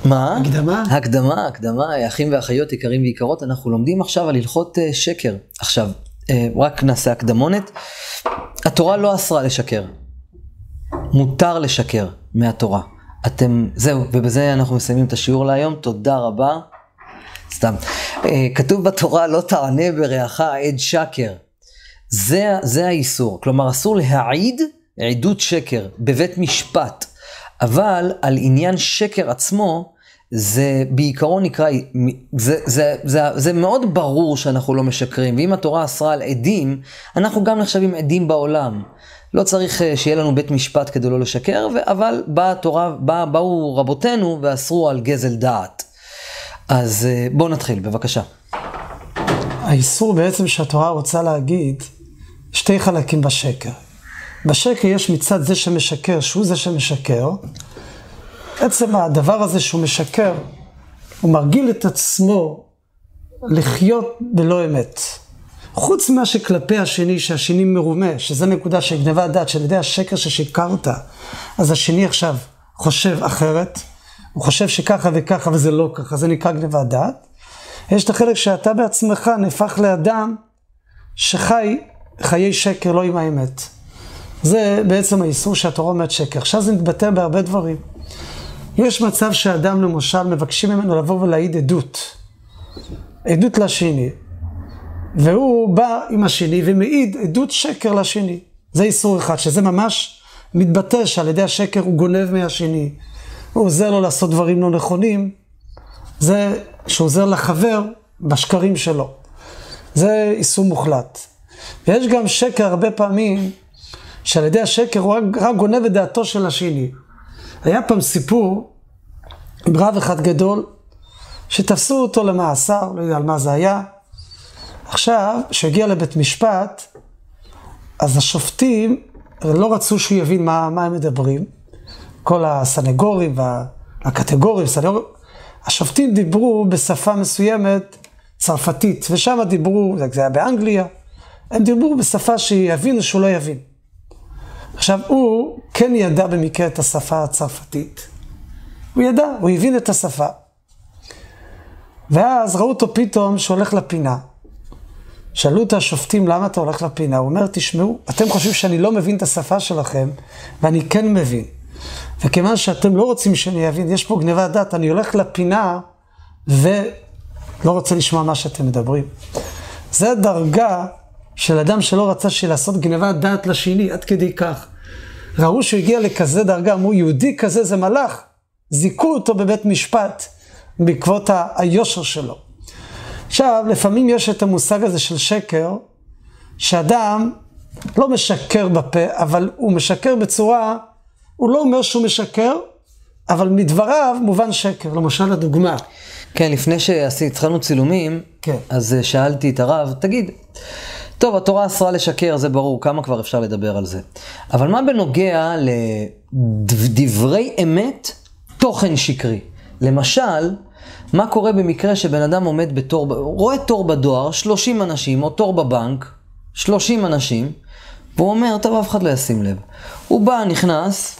מה? הקדמה? הקדמה, אחים ואחיות יקרים ויקרות, אנחנו לומדים עכשיו על הלכות שקר. עכשיו, רק נעשה הקדמונת. התורה לא אסרה לשקר. מותר לשקר מהתורה. זהו, ובזה אנחנו מסיימים את השיעור להיום. תודה רבה. סתם. כתוב בתורה, לא תענה ברעך עד שקר. זה האיסור. כלומר, אסור להעיד עדות שקר בבית משפט. אבל על עניין שקר עצמו, זה בעיקרון נקרא, זה מאוד ברור שאנחנו לא משקרים. ואם התורה אסרה על עדים, אנחנו גם נחשבים עדים בעולם. לא צריך שיהיה לנו בית משפט כדי לא לשקר, אבל באו רבותינו ואסרו על גזל דעת. אז בואו נתחיל, בבקשה. האיסור בעצם שהתורה רוצה להגיד, שתי חלקים בשקר. בשקר יש מצד זה שמשקר, שהוא זה שמשקר. עצם הדבר הזה שהוא משקר, הוא מרגיל את עצמו לחיות בלא אמת. חוץ מה שכלפי השני, שהשני מרומה, שזה נקודה של גנבת דעת, שעל ידי השקר ששיקרת, אז השני עכשיו חושב אחרת, הוא חושב שככה וככה וזה לא ככה, זה נקרא גנבת דעת. יש את החלק שאתה בעצמך נהפך לאדם שחי חיי שקר, לא עם האמת. זה בעצם האיסור שהתורה אומרת שקר. עכשיו זה מתבטא בהרבה דברים. יש מצב שאדם למשל מבקשים ממנו לבוא ולהעיד עדות לשני. והוא בא עם השני ומעיד עדות שקר לשני. זה איסור אחד, שזה ממש מתבטא שעל ידי השקר הוא גונב מהשני. הוא עוזר לו לעשות דברים לא נכונים. זה שהוא עוזר לחבר בשקרים שלו. זה איסור מוחלט. ויש גם שקר הרבה פעמים, שעל ידי השקר הוא רק גונב את דעתו של השני. היה פעם סיפור עם רב אחד גדול, שתפסו אותו למאסר, לא יודע על מה זה היה. עכשיו, כשהגיע לבית משפט, אז השופטים לא רצו שהוא יבין מה הם מדברים. כל הסנגורים והקטגורים, השופטים דיברו בשפה מסוימת צרפתית, ושם דיברו, זה היה באנגליה, הם דיברו בשפה שיבינו שהוא לא יבין. עכשיו, הוא כן ידע במקרה את השפה הצרפתית. הוא ידע, הוא הבין את השפה. ואז ראו אותו פתאום שהולך לפינה. שאלו את השופטים, למה אתה הולך לפינה? הוא אומר, תשמעו, אתם חושבים שאני לא מבין את השפה שלכם, ואני כן מבין. וכיוון שאתם לא רוצים שאני אבין, יש פה גנבת דעת, אני הולך לפינה, ולא רוצה לשמוע מה שאתם מדברים. זה הדרגה של אדם שלא רצה לעשות גנבת דעת לשני, עד כדי כך. ראו שהוא הגיע לכזה דרגה, אמרו, יהודי כזה זה מלאך, זיקו אותו בבית משפט, בעקבות היושר שלו. עכשיו, לפעמים יש את המושג הזה של שקר, שאדם לא משקר בפה, אבל הוא משקר בצורה, הוא לא אומר שהוא משקר, אבל מדבריו מובן שקר, למשל הדוגמה. כן, לפני שהתחלנו צילומים, כן. אז שאלתי את הרב, תגיד, טוב, התורה אסרה לשקר, זה ברור, כמה כבר אפשר לדבר על זה. אבל מה בנוגע לדברי אמת, תוכן שקרי? למשל, מה קורה במקרה שבן אדם עומד בתור, רואה תור בדואר, 30 אנשים, או תור בבנק, 30 אנשים, והוא אומר, טוב, אף אחד לא ישים לב. הוא בא, נכנס,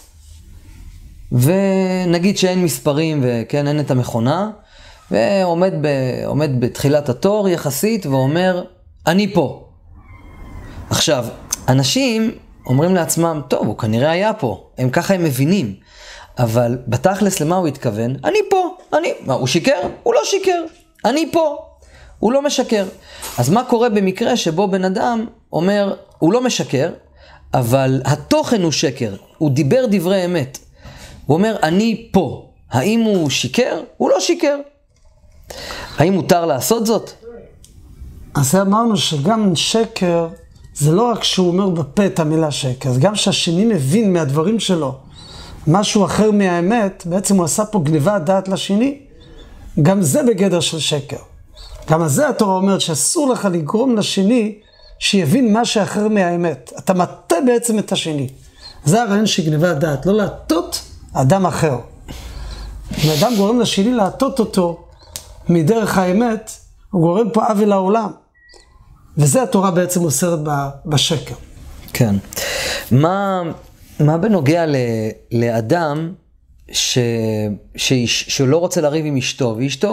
ונגיד שאין מספרים, וכן, אין את המכונה, ועומד בתחילת התור יחסית, ואומר, אני פה. עכשיו, אנשים אומרים לעצמם, טוב, הוא כנראה היה פה, ככה הם מבינים, אבל בתכלס למה הוא התכוון? אני פה, מה, הוא שיקר? הוא לא שיקר, אני פה, הוא לא משקר. אז מה קורה במקרה שבו בן אדם אומר, הוא לא משקר, אבל התוכן הוא שקר, הוא דיבר דברי אמת, הוא אומר, אני פה, האם הוא שיקר? הוא לא שיקר. האם מותר לעשות זאת? אז אמרנו שגם שקר, זה לא רק שהוא אומר בפה את המילה שקר, זה גם שהשני מבין מהדברים שלו משהו אחר מהאמת, בעצם הוא עשה פה גניבת דעת לשני, גם זה בגדר של שקר. גם על זה התורה אומרת שאסור לך לגרום לשני שיבין משהו אחר מהאמת. אתה מטה בעצם את השני. זה הרעיון של גניבת דעת, לא להטות אדם אחר. אם אדם גורם לשני להטות אותו מדרך האמת, הוא גורם פה עוול לעולם. וזה התורה בעצם אוסרת בשקר. כן. מה בנוגע לאדם שהוא לא רוצה לריב עם אשתו, ואשתו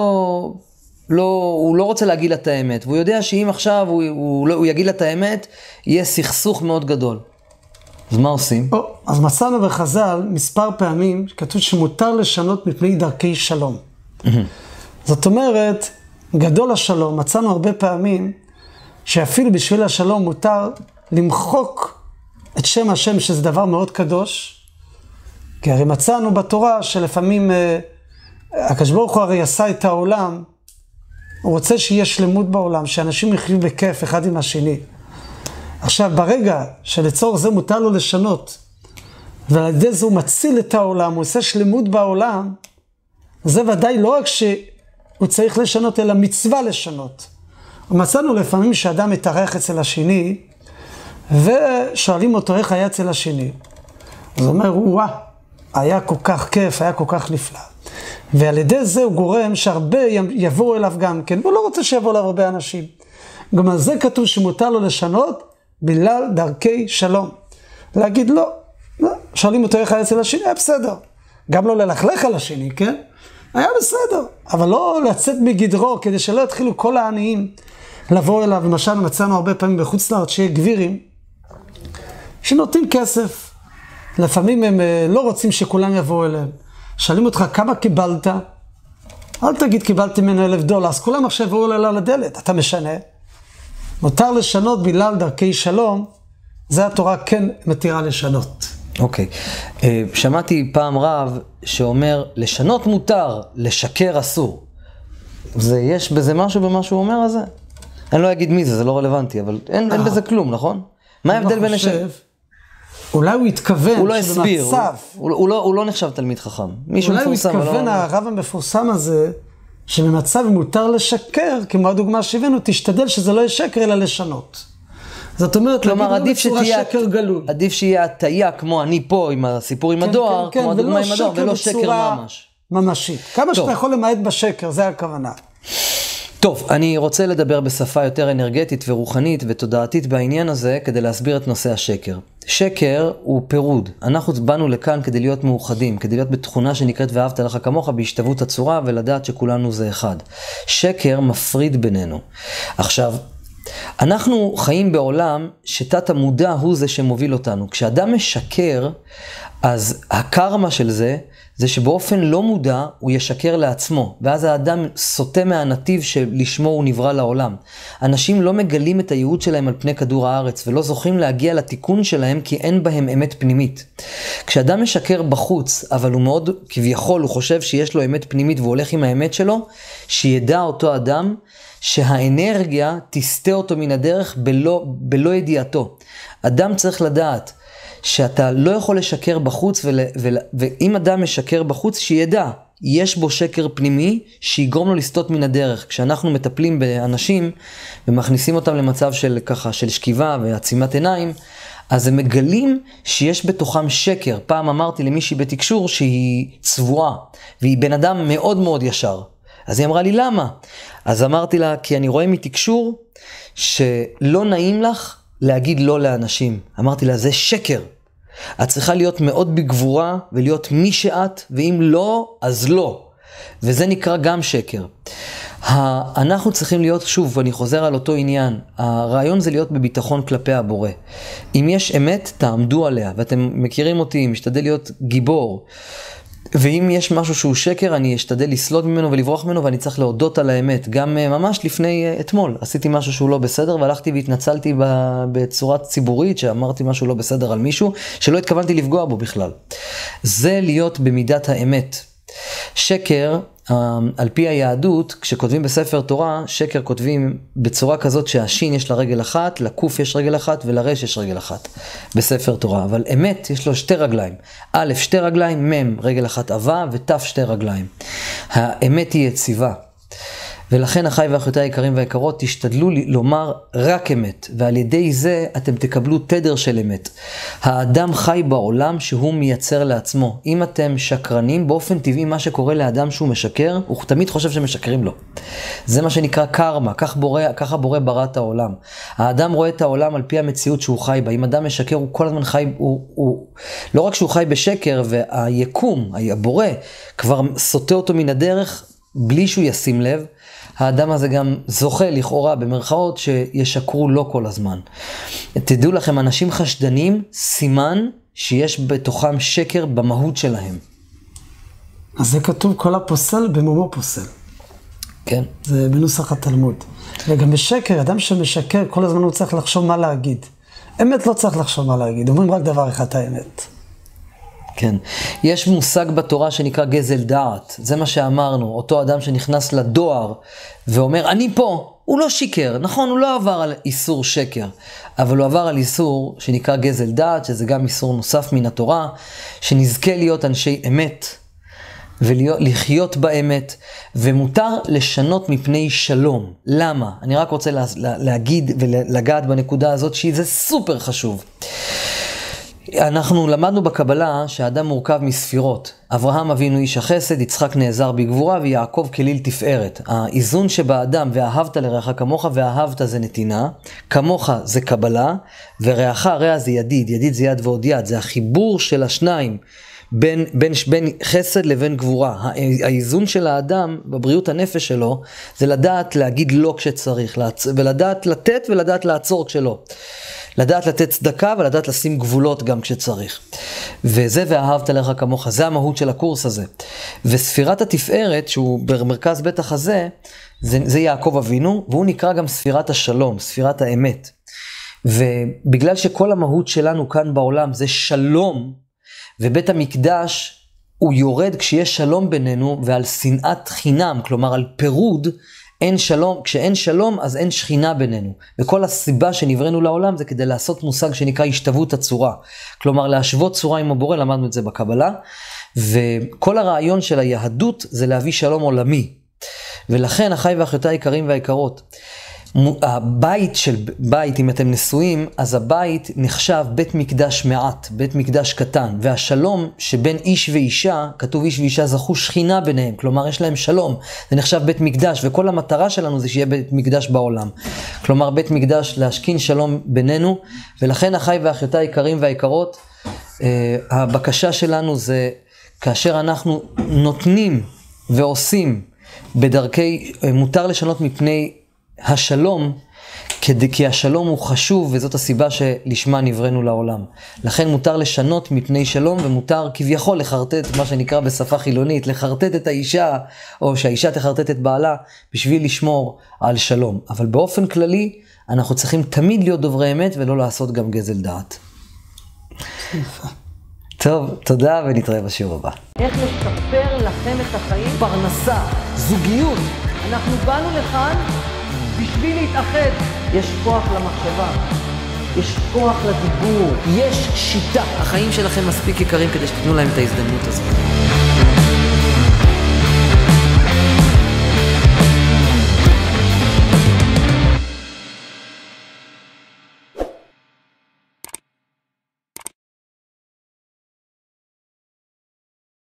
הוא לא רוצה להגיד לה את האמת, והוא יודע שאם עכשיו הוא יגיד לה את האמת, יהיה סכסוך מאוד גדול. אז מה עושים? אז מצאנו בחז"ל מספר פעמים, כתוב שמותר לשנות מפני דרכי שלום. זאת אומרת, גדול השלום, מצאנו הרבה פעמים, שאפילו בשביל השלום מותר למחוק את שם השם, שזה דבר מאוד קדוש, כי הרי מצאנו בתורה שלפעמים הקדוש ברוך הוא הרי עשה את העולם, הוא רוצה שיהיה שלמות בעולם, שאנשים יחיו בכיף אחד עם השני. עכשיו, ברגע שלצורך זה מותר לו לשנות, ועל ידי זה הוא מציל את העולם, הוא עושה שלמות בעולם, זה ודאי לא רק שהוא צריך לשנות, אלא מצווה לשנות. ומצאנו לפעמים שאדם מתארח אצל השני, ושואלים אותו איך היה אצל השני. אז הוא אומר, וואה, היה כל כך כיף, היה כל כך נפלא. ועל ידי זה הוא גורם שהרבה יבואו אליו גם כן, והוא לא רוצה שיבואו אליו הרבה אנשים. גם על זה כתוב שמותר לו לשנות בגלל דרכי שלום. להגיד לא, שואלים אותו איך היה אצל השני, היה בסדר. גם לא ללכלך על השני, כן? היה בסדר. אבל לא לצאת מגדרו, כדי שלא יתחילו כל העניים לבוא אליו. למשל, מצאנו הרבה פעמים בחוץ לארץ שיהיה גבירים, שנותנים כסף. לפעמים הם לא רוצים שכולם יבואו אליהם. שואלים אותך, כמה קיבלת? אל תגיד, קיבלתי ממנו $1,000, אז כולם עכשיו יבואו אליו לדלת. אתה משנה. מותר לשנות בגלל דרכי שלום, זה התורה כן מתירה לשנות. אוקיי. שמעתי פעם רב שאומר, לשנות מותר, לשקר אסור. יש בזה משהו במה שהוא אומר הזה? אני לא אגיד מי זה, זה לא רלוונטי, אבל אין בזה כלום, נכון? מה ההבדל בין לשקר? אולי הוא התכוון, הוא לא הסביר, הוא לא נחשב תלמיד חכם. אולי הוא התכוון, הרב המפורסם הזה, שבמצב מותר לשקר, כמו הדוגמה שהבאנו, תשתדל שזה לא יהיה שקר, אלא לשנות. זאת אומרת, כלומר, עדיף שיהיה הטעיה, כמו אני פה עם הסיפור עם הדואר, כמו הדוגמה עם הדואר, ולא שקר ממש. ממשית. כמה שאתה יכול למעט בשקר, זה הכוונה. טוב, אני רוצה לדבר בשפה יותר אנרגטית ורוחנית ותודעתית בעניין הזה, כדי להסביר את נושא השקר. שקר הוא פירוד. אנחנו באנו לכאן כדי להיות מאוחדים, כדי להיות בתכונה שנקראת ואהבת לך כמוך, בהשתוות הצורה ולדעת שכולנו זה אחד. שקר מפריד בינינו. עכשיו, אנחנו חיים בעולם שתת המודע הוא זה שמוביל אותנו. כשאדם משקר, אז הקרמה של זה שבאופן לא מודע הוא ישקר לעצמו, ואז האדם סוטה מהנתיב שלשמו הוא נברא לעולם. אנשים לא מגלים את הייעוד שלהם על פני כדור הארץ, ולא זוכים להגיע לתיקון שלהם כי אין בהם אמת פנימית. כשאדם משקר בחוץ, אבל הוא מאוד, כביכול, הוא חושב שיש לו אמת פנימית והוא הולך עם האמת שלו, שידע אותו אדם שהאנרגיה תסתה אותו מן הדרך בלא ידיעתו. אדם צריך לדעת שאתה לא יכול לשקר בחוץ, ואם אדם משקר בחוץ, שידע, יש בו שקר פנימי, שיגרום לו לסטות מן הדרך. כשאנחנו מטפלים באנשים, ומכניסים אותם למצב של ככה, של שכיבה ועצימת עיניים, אז הם מגלים שיש בתוכם שקר. פעם אמרתי למישהי בתקשור שהיא צבועה, והיא בן אדם מאוד מאוד ישר. אז היא אמרה לי, למה? אז אמרתי לה, כי אני רואה מתקשור, שלא נעים לך, להגיד לא לאנשים. אמרתי לה, זה שקר. את צריכה להיות מאוד בגבורה ולהיות מי שאת, ואם לא, אז לא. וזה נקרא גם שקר. אנחנו צריכים להיות, שוב, ואני חוזר על אותו עניין, הרעיון זה להיות בביטחון כלפי הבורא. אם יש אמת, תעמדו עליה, ואתם מכירים אותי, משתדל להיות גיבור. ואם יש משהו שהוא שקר, אני אשתדל לסלוד ממנו ולברוח ממנו, ואני צריך להודות על האמת. גם ממש לפני אתמול, עשיתי משהו שהוא לא בסדר, והלכתי והתנצלתי בצורה ציבורית, שאמרתי משהו לא בסדר על מישהו, שלא התכוונתי לפגוע בו בכלל. זה להיות במידת האמת. שקר, על פי היהדות, כשכותבים בספר תורה, שקר כותבים בצורה כזאת שהשין יש לה רגל אחת, לקוף יש רגל אחת ולרש יש רגל אחת בספר תורה. אבל אמת יש לו שתי רגליים. א', שתי רגליים, מ', רגל אחת עבה, ות', שתי רגליים. האמת היא יציבה. ולכן אחי ואחיותיי היקרים והיקרות, תשתדלו לומר רק אמת, ועל ידי זה אתם תקבלו תדר של אמת. האדם חי בעולם שהוא מייצר לעצמו. אם אתם שקרנים, באופן טבעי מה שקורה לאדם שהוא משקר, הוא תמיד חושב שמשקרים לו. זה מה שנקרא קרמה, ככה בורא ברא את העולם. האדם רואה את העולם על פי המציאות שהוא חי בה. אם אדם משקר, הוא כל הזמן חי, לא רק שהוא חי בשקר, והיקום, הבורא, כבר סוטה אותו מן הדרך, בלי שהוא ישים לב. האדם הזה גם זוכה לכאורה במרכאות שישקרו לו כל הזמן. תדעו לכם, אנשים חשדנים, סימן שיש בתוכם שקר במהות שלהם. אז זה כתוב, כל הפוסל במומו פוסל. כן. זה בנוסח התלמוד. וגם בשקר, אדם שמשקר, כל הזמן הוא צריך לחשוב מה להגיד. אמת לא צריך לחשוב מה להגיד, אומרים רק דבר אחד, האמת. כן. יש מושג בתורה שנקרא גזל דעת. זה מה שאמרנו. אותו אדם שנכנס לדואר ואומר, אני פה. הוא לא שיקר. נכון, הוא לא עבר על איסור שקר. אבל הוא עבר על איסור שנקרא גזל דעת, שזה גם איסור נוסף מן התורה, שנזכה להיות אנשי אמת, ולחיות באמת, ומותר לשנות מפני שלום. למה? אני רק רוצה להגיד ולגעת בנקודה הזאת, שזה סופר חשוב. אנחנו למדנו בקבלה שהאדם מורכב מספירות. אברהם אבינו איש החסד, יצחק נעזר בגבורה, ויעקב כליל תפארת. האיזון שבאדם, ואהבת לרעך כמוך, ואהבת זה נתינה, כמוך זה קבלה, ורעך רע זה ידיד, ידיד זה יד ועוד יד, זה החיבור של השניים, בין חסד לבין גבורה. האיזון של האדם בבריאות הנפש שלו, זה לדעת להגיד לא כשצריך, ולדעת לתת ולדעת לעצור כשלא. לדעת לתת צדקה ולדעת לשים גבולות גם כשצריך. וזה ואהבת לך כמוך, זה המהות של הקורס הזה. וספירת התפארת, שהוא במרכז בית החזה, זה יעקב אבינו, והוא נקרא גם ספירת השלום, ספירת האמת. ובגלל שכל המהות שלנו כאן בעולם זה שלום, ובית המקדש הוא יורד כשיש שלום בינינו, ועל שנאת חינם, כלומר על פירוד, אין שלום, כשאין שלום אז אין שכינה בינינו. וכל הסיבה שנבראנו לעולם זה כדי לעשות מושג שנקרא השתוות הצורה. כלומר להשוות צורה עם הבורא, למדנו את זה בקבלה. וכל הרעיון של היהדות זה להביא שלום עולמי. ולכן אחי ואחיותיי היקרים והיקרות, בית, אם אתם נשואים, אז הבית נחשב בית מקדש מעט, בית מקדש קטן, והשלום שבין איש ואישה, כתוב איש ואישה זכו שכינה ביניהם, כלומר יש להם שלום, זה נחשב בית מקדש, וכל המטרה שלנו זה שיהיה בית מקדש בעולם, כלומר בית מקדש להשכין שלום בינינו, ולכן אחי ואחיותיי היקרים והיקרות, הבקשה שלנו זה, כאשר אנחנו נותנים ועושים בדרכי, מותר לשנות מפני השלום, כי השלום הוא חשוב, וזאת הסיבה שלשמה נבראנו לעולם. לכן מותר לשנות מפני שלום, ומותר כביכול לחרטט, מה שנקרא בשפה חילונית, לחרטט את האישה, או שהאישה תחרטט את בעלה, בשביל לשמור על שלום. אבל באופן כללי, אנחנו צריכים תמיד להיות דוברי אמת, ולא לעשות גם גזל דעת. טוב, תודה ונתראה בשיעור הבא. איך לשפר לכם את החיים? פרנסה, זוגיות. אנחנו באנו לכאן בשביל להתאחד. יש כוח למחשבה, יש כוח לדיבור, יש שיטה. החיים שלכם מספיק יקרים כדי שתתנו להם את ההזדמנות הזאת.